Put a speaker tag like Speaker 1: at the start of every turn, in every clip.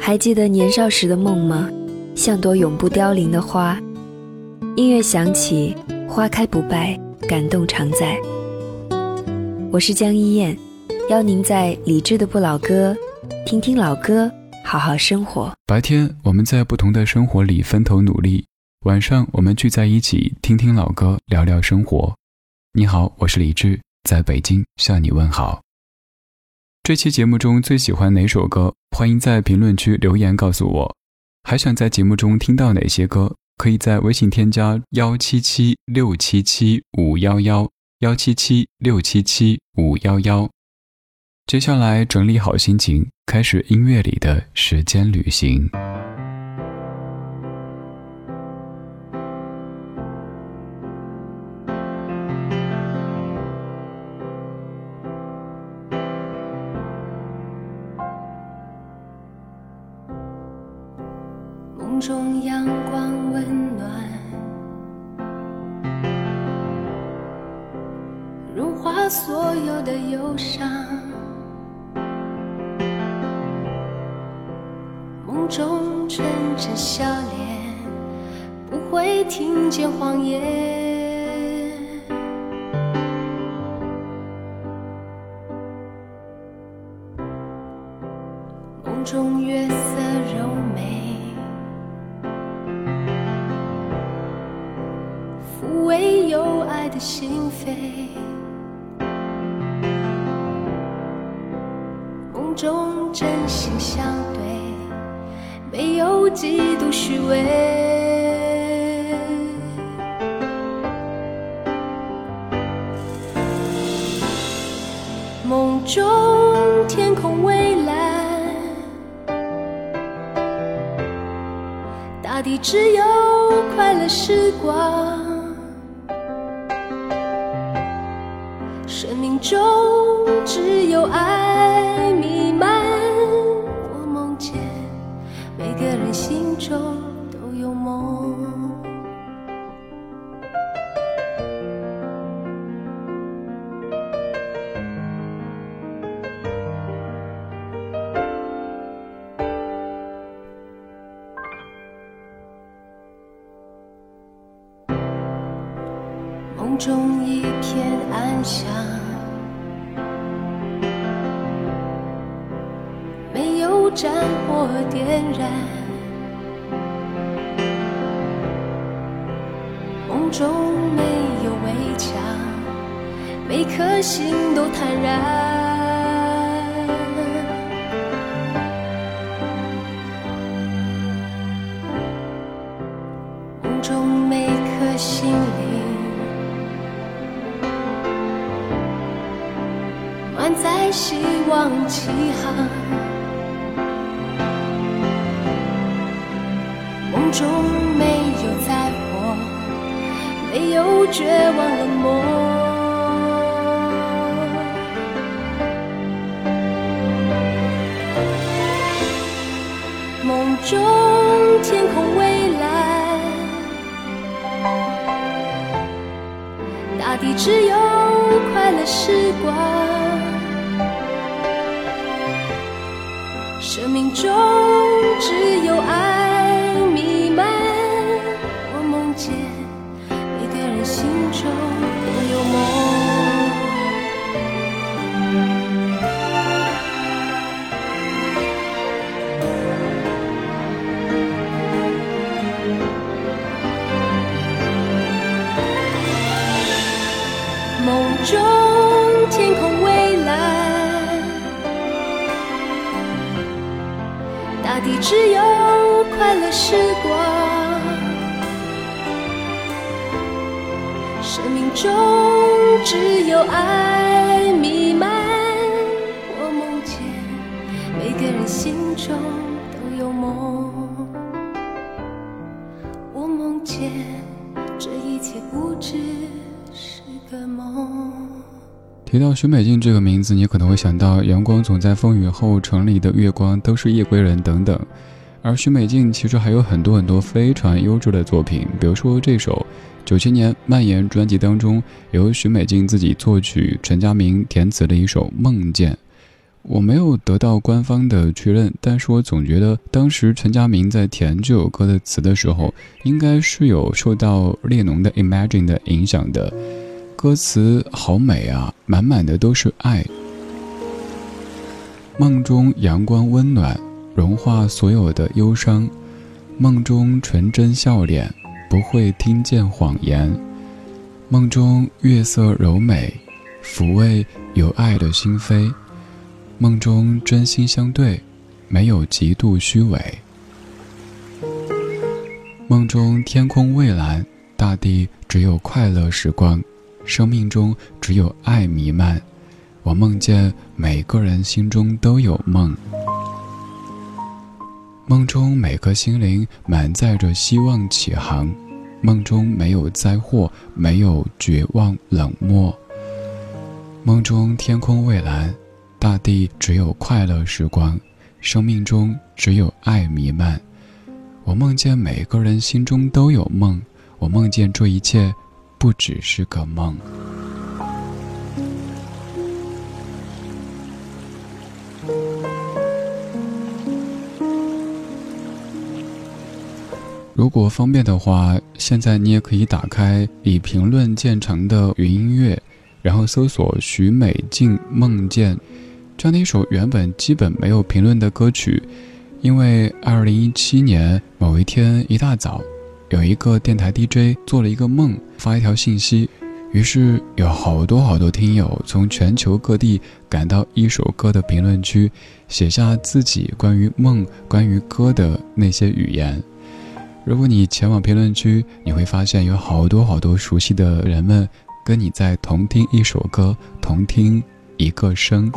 Speaker 1: 还记得年少时的梦吗？像朵永不凋零的花，音乐响起，花开不败，感动常在。我是江一燕，邀您在理智的不老歌听听老歌，好好生活。
Speaker 2: 白天我们在不同的生活里分头努力，晚上我们聚在一起听听老歌，聊聊生活。你好，我是李志，在北京向你问好。这期节目中最喜欢哪首歌？欢迎在评论区留言告诉我。还想在节目中听到哪些歌？可以在微信添加177677511，177677511。接下来整理好心情，开始音乐里的时间旅行。
Speaker 3: 梦中阳光温暖，融化所有的忧伤。梦中纯真笑脸，不会听见谎言。梦中月色柔美，抚慰有爱的心扉。梦中真心相对，没有嫉妒虚伪。梦中天空蔚蓝，大地只有快乐时光。生命中只有爱弥漫，我梦见每个人心中都有梦。梦中一片安详，没有战火点燃。梦中没有围墙，每颗心都坦然。梦中每颗心灵满载希望起航。梦中没有灾祸，没有绝望冷漠。梦中天空蔚蓝，大地只有快乐时光。生命中只有爱弥漫，我梦见每个人心中都有梦。梦中天空蔚蓝，大地只有快乐时光。生命中只有爱弥漫，我梦见每个人心中都有梦。我梦见这一切不只是个梦。
Speaker 2: 提到许美静这个名字，你可能会想到阳光总在风雨后，城里的月光都是夜归人等等。而许美静其实还有很多非常优质的作品，比如说这首97年蔓延专辑当中由许美静自己作曲，陈佳明填词的一首《梦见》。 我没有得到官方的确认，但是我总觉得当时陈佳明在填这首歌的词的时候，应该是有受到列侬的 Imagine 的影响的。歌词好美啊，满满的都是爱。梦中阳光温暖，融化所有的忧伤，梦中纯真笑脸，不会听见谎言，梦中月色柔美，抚慰有爱的心扉，梦中真心相对，没有极度虚伪，梦中天空蔚蓝，大地只有快乐时光，生命中只有爱弥漫，我梦见每个人心中都有梦，梦中每个心灵满载着希望起航，梦中没有灾祸，没有绝望冷漠，梦中天空蔚蓝，大地只有快乐时光，生命中只有爱弥漫，我梦见每个人心中都有梦，我梦见这一切不只是个梦。如果方便的话，现在你也可以打开以评论见长的云音乐，然后搜索许美静梦见，这样的一首原本基本没有评论的歌曲，因为2017年某一天一大早，有一个电台 DJ 做了一个梦，发一条信息，于是有好多听友从全球各地赶到一首歌的评论区，写下自己关于梦关于歌的那些语言。如果你前往评论区，你会发现有好多熟悉的人们跟你在同听一首歌，同听一个声。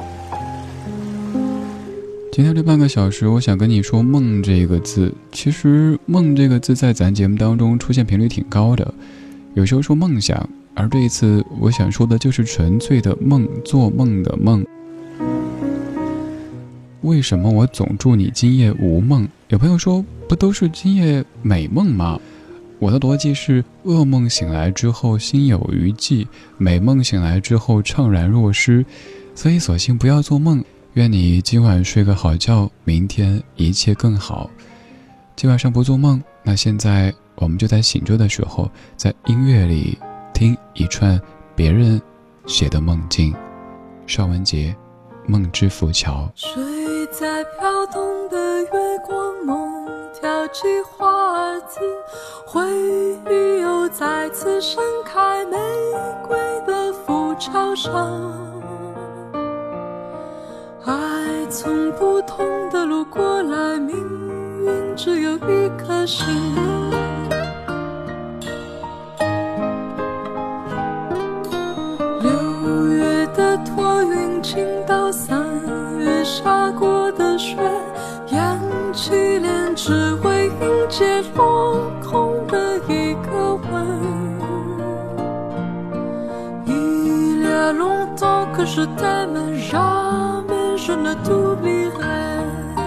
Speaker 2: 今天这半个小时，我想跟你说梦这个字。其实梦这个字在咱节目当中出现频率挺高的，有时候说梦想，而这一次我想说的就是纯粹的梦，做梦的梦。为什么我总祝你今夜无梦？有朋友说，不都是今夜美梦吗？我的逻辑是，噩梦醒来之后心有余悸，美梦醒来之后怅然若失，所以索性不要做梦。愿你今晚睡个好觉，明天一切更好。今晚上不做梦，那现在我们就在醒着的时候，在音乐里听一串别人写的梦境。邵文杰，梦之浮桥。
Speaker 3: 睡在飘动的月光梦，挑起花儿子，回忆又再次盛开玫瑰的浮桥上，爱从不同的路过来，命运只有一颗心。6月的托云倾倒3月下过的雪，扬起脸只为迎接落空的一个吻。Il y a longtemps que je t'aime, jamais je ne t'oublierai。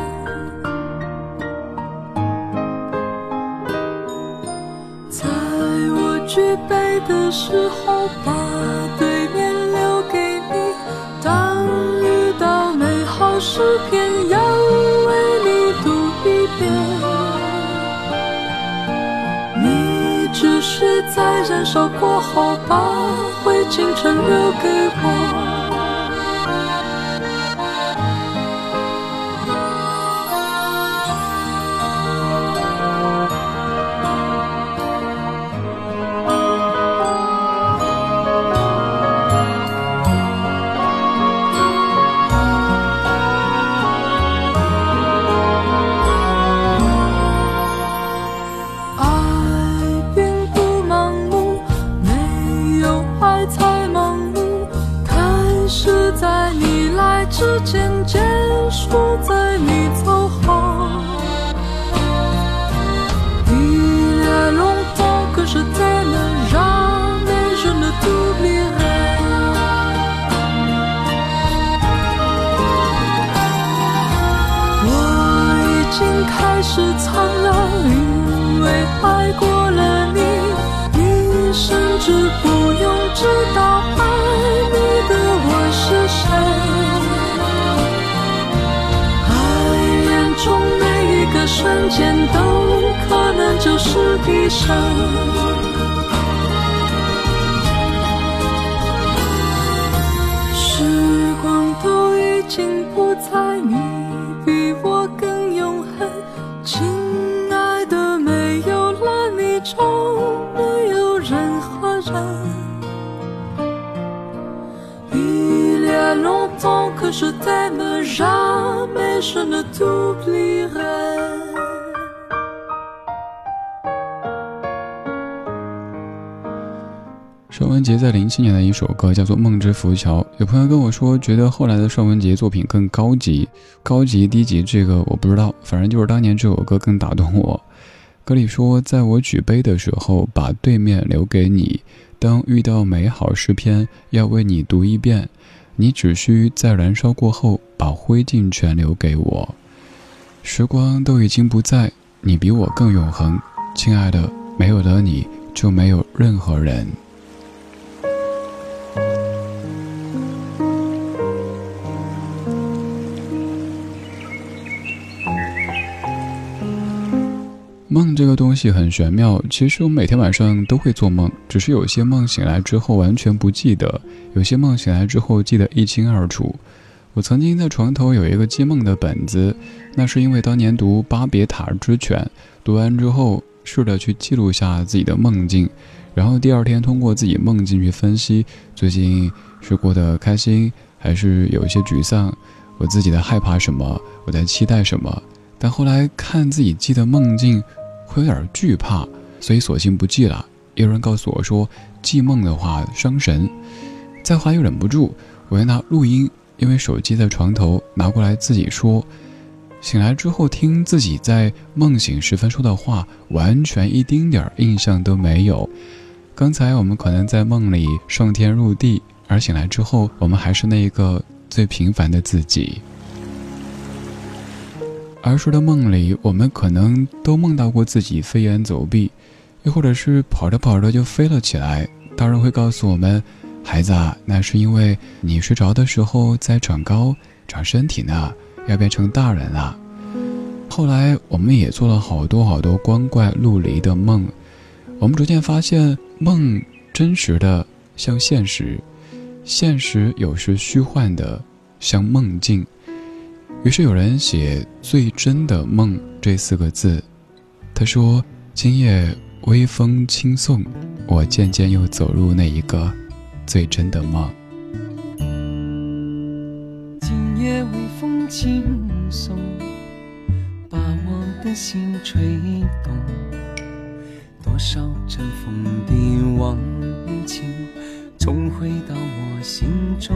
Speaker 3: 在我举杯的时候，把对面留给你，当遇到美好诗篇，要为你读一遍。你只是在燃烧过后，把灰烬全留给我。之间结束在你走后。Il y a longtemps que je t'aime, jamais je ne t'oublierai。 我已经开始苍老，因为爱过了你，你甚至不用知道爱你的我是谁。 瞬间都可能就是一生。时光都已经不在，你比我更永恒，亲爱的，没有了你就没有任何人。Il y a longtemps que je t'aime, jamais je ne t'oublierai。
Speaker 2: 尚雯婕在07年的一首歌叫做《梦之浮桥》，有朋友跟我说，觉得后来的尚雯婕作品更高级，高级低级这个我不知道，反正就是当年这首歌更打动我。歌里说，在我举杯的时候，把对面留给你，当遇到美好诗篇，要为你读一遍，你只需在燃烧过后，把灰烬全留给我。时光都已经不在，你比我更永恒，亲爱的，没有了你就没有任何人。梦这个东西很玄妙，其实我每天晚上都会做梦，只是有些梦醒来之后完全不记得，有些梦醒来之后记得一清二楚。我曾经在床头有一个记梦的本子，那是因为当年读《巴别塔之犬》，读完之后试着去记录下自己的梦境，然后第二天通过自己梦境去分析最近是过得开心还是有一些沮丧，我自己在害怕什么，我在期待什么。但后来看自己记的梦境会有点惧怕，所以索性不记了。有人告诉我说记梦的话伤神，再后来又忍不住，我要拿录音，因为手机在床头，拿过来自己说。醒来之后听自己在梦醒时分说的话，完全一丁点印象都没有。刚才我们可能在梦里上天入地，而醒来之后我们还是那一个最平凡的自己。儿时的梦里，我们可能都梦到过自己飞檐走壁，又或者是跑着跑着就飞了起来。大人会告诉我们，孩子啊，那是因为你睡着的时候在长高长身体呢，要变成大人了。后来我们也做了好多好多光怪陆离的梦，我们逐渐发现梦真实的像现实，现实有时虚幻的像梦境。于是有人写最真的梦这4个字，他说，今夜微风轻送，我渐渐又走入那一个最真的梦。
Speaker 3: 今夜微风轻送，把我的心吹动，多少尘封的往情重回到我心中，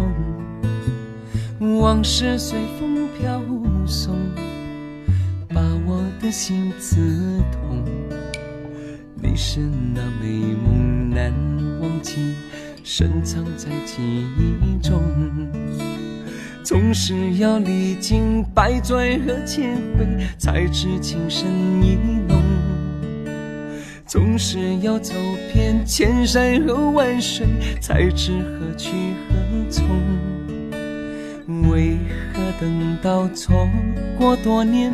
Speaker 3: 往事随风飘送，把我的心刺痛。你是那美梦难忘记，深藏在记忆中，总是要历经百转和千回，才知情深意浓。总是要走遍千山和万水，才知何去何从。为何等到错过多年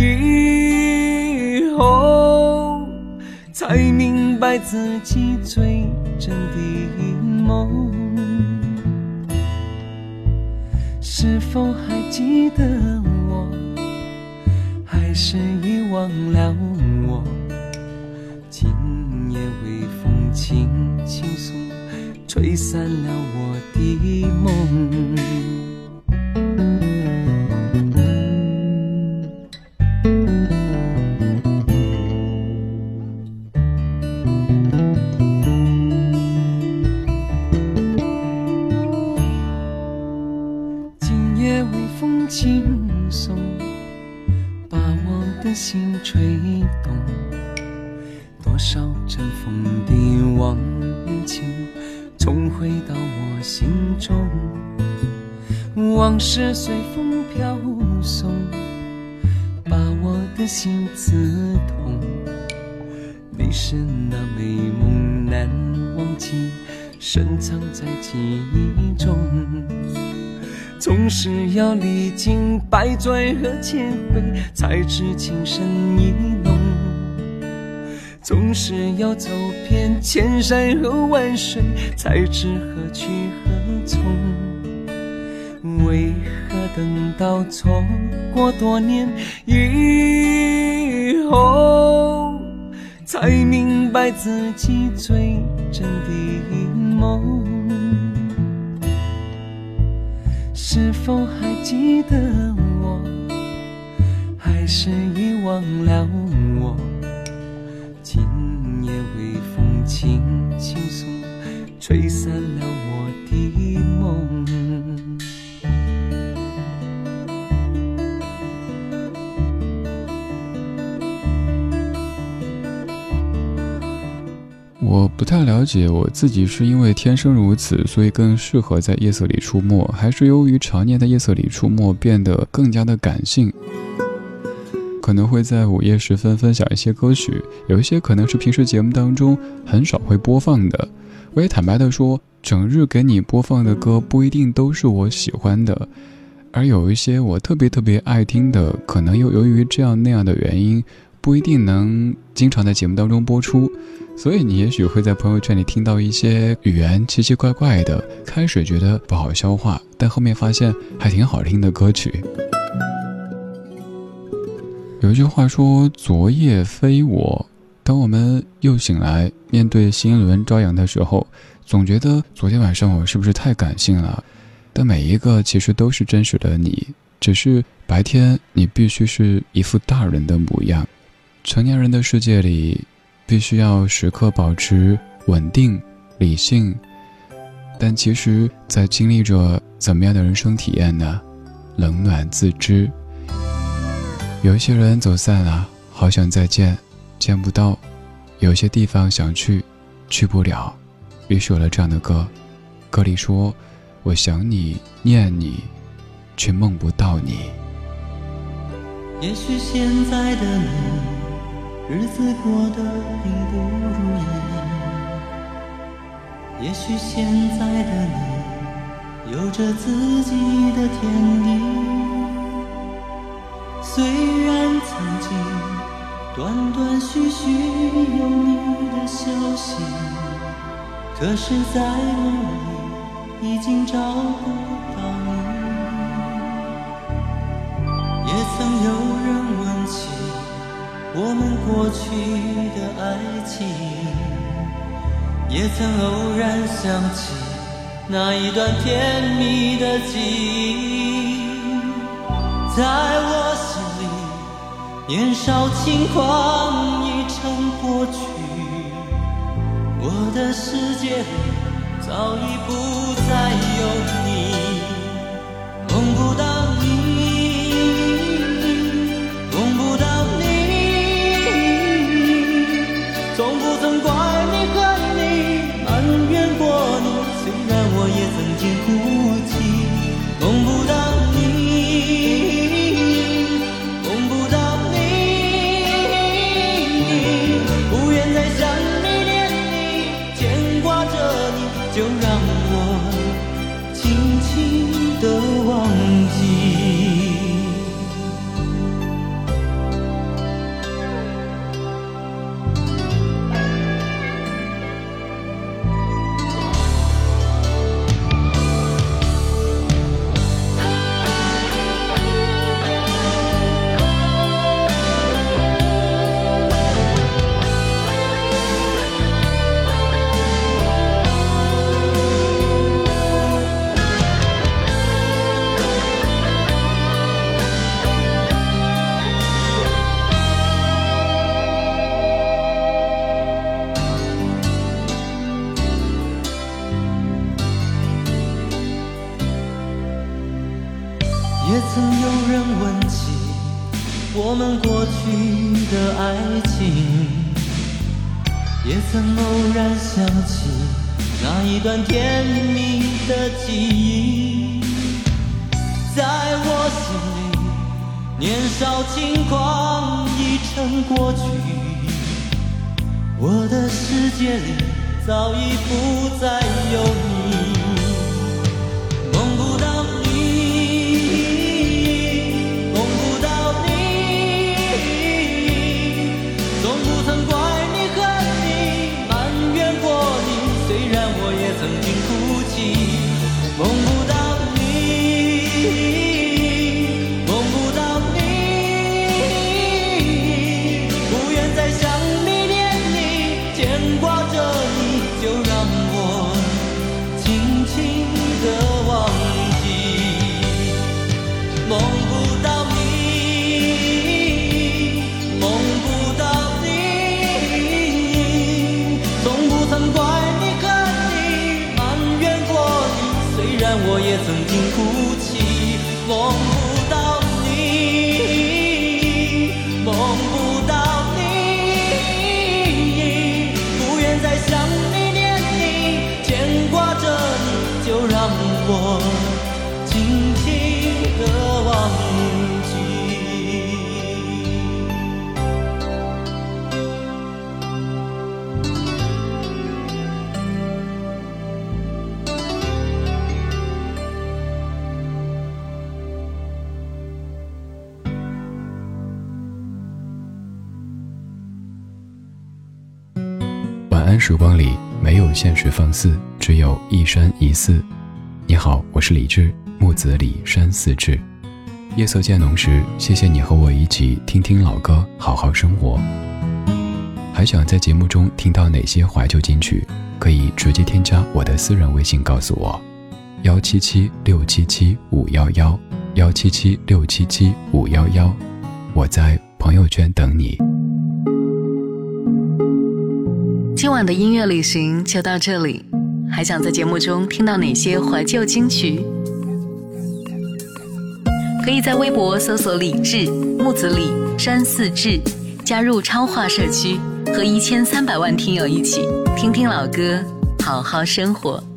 Speaker 3: 以后，才明白自己最真的梦？是否还记得我，还是遗忘了我？今夜微风轻轻送，吹散了我的梦。轻松把我的心吹动，多少尘封的往情重回到我心中，往事随风飘送，把我的心刺痛。你是那美梦难忘记，深藏在记忆中，总
Speaker 4: 总是要历经百转和千回，才知情深意浓。总是要走遍千山和万水，才知何去何从。为何等到错过多年以后，才明白自己最真的梦？是否还记得我，还是遗忘了我？今夜微风轻轻送，吹散了我的梦。
Speaker 2: 我不太了解我自己是因为天生如此，所以更适合在夜色里出没，还是由于常年在夜色里出没变得更加的感性，可能会在午夜时分分享一些歌曲，有一些可能是平时节目当中很少会播放的。我也坦白的说，整日给你播放的歌不一定都是我喜欢的，而有一些我特别爱听的，可能又由于这样那样的原因，不一定能经常在节目当中播出。所以你也许会在朋友圈里听到一些语言奇奇怪怪的，开始觉得不好消化，但后面发现还挺好听的歌曲。有一句话说，昨夜非我。当我们又醒来，面对新一轮朝阳的时候，总觉得昨天晚上我是不是太感性了？但每一个其实都是真实的你，只是白天你必须是一副大人的模样。成年人的世界里，必须要时刻保持稳定、理性，但其实在经历着怎么样的人生体验呢？冷暖自知。有一些人走散了，好想再见，见不到；有些地方想去，去不了。于是有了这样的歌，歌里说：我想你，念你，却梦不到你。
Speaker 5: 也许现在的你，日子过得并不如意，也许现在的你有着自己的天地。虽然曾经断断续续有你的消息，可是在梦里已经找不到你。也曾有人问起我们过去的爱情，也曾偶然想起那一段甜蜜的记忆。在我心里，年少轻狂已成过去，我的世界里早已不再有你。梦不到你，梦不到你，从不曾怪你恨你，埋怨过你，虽然我也曾经哭泣。梦不到你，梦不到你，不愿再想你念你，牵挂着你，就让我轻轻地忘记。也曾有人问起我们过去的爱情，也曾偶然想起那一段甜蜜的记忆。在我心里，年少轻狂已成过去，我的世界里早已不再有你。梦不到你， 梦不到你，梦不到你，从不曾怪你恨你，埋怨过你，虽然我也曾经哭泣。梦不到你，梦不到你，不愿再想你念你，牵挂着你，就让我轻轻地忘记。
Speaker 2: 晚安时光里没有现实放肆，只有一山一寺。你好，我是李志，木子李山寺志。夜色渐浓时，谢谢你和我一起听听老歌，好好生活。还想在节目中听到哪些怀旧金曲，可以直接添加我的私人微信告诉我，177677511，177677511，我在朋友圈等你。
Speaker 6: 今晚的音乐旅行就到这里，还想在节目中听到哪些怀旧金曲？可以在微博搜索李志、木子李、山寺志，加入超话社区，和1300万听友一起听听老歌，好好生活。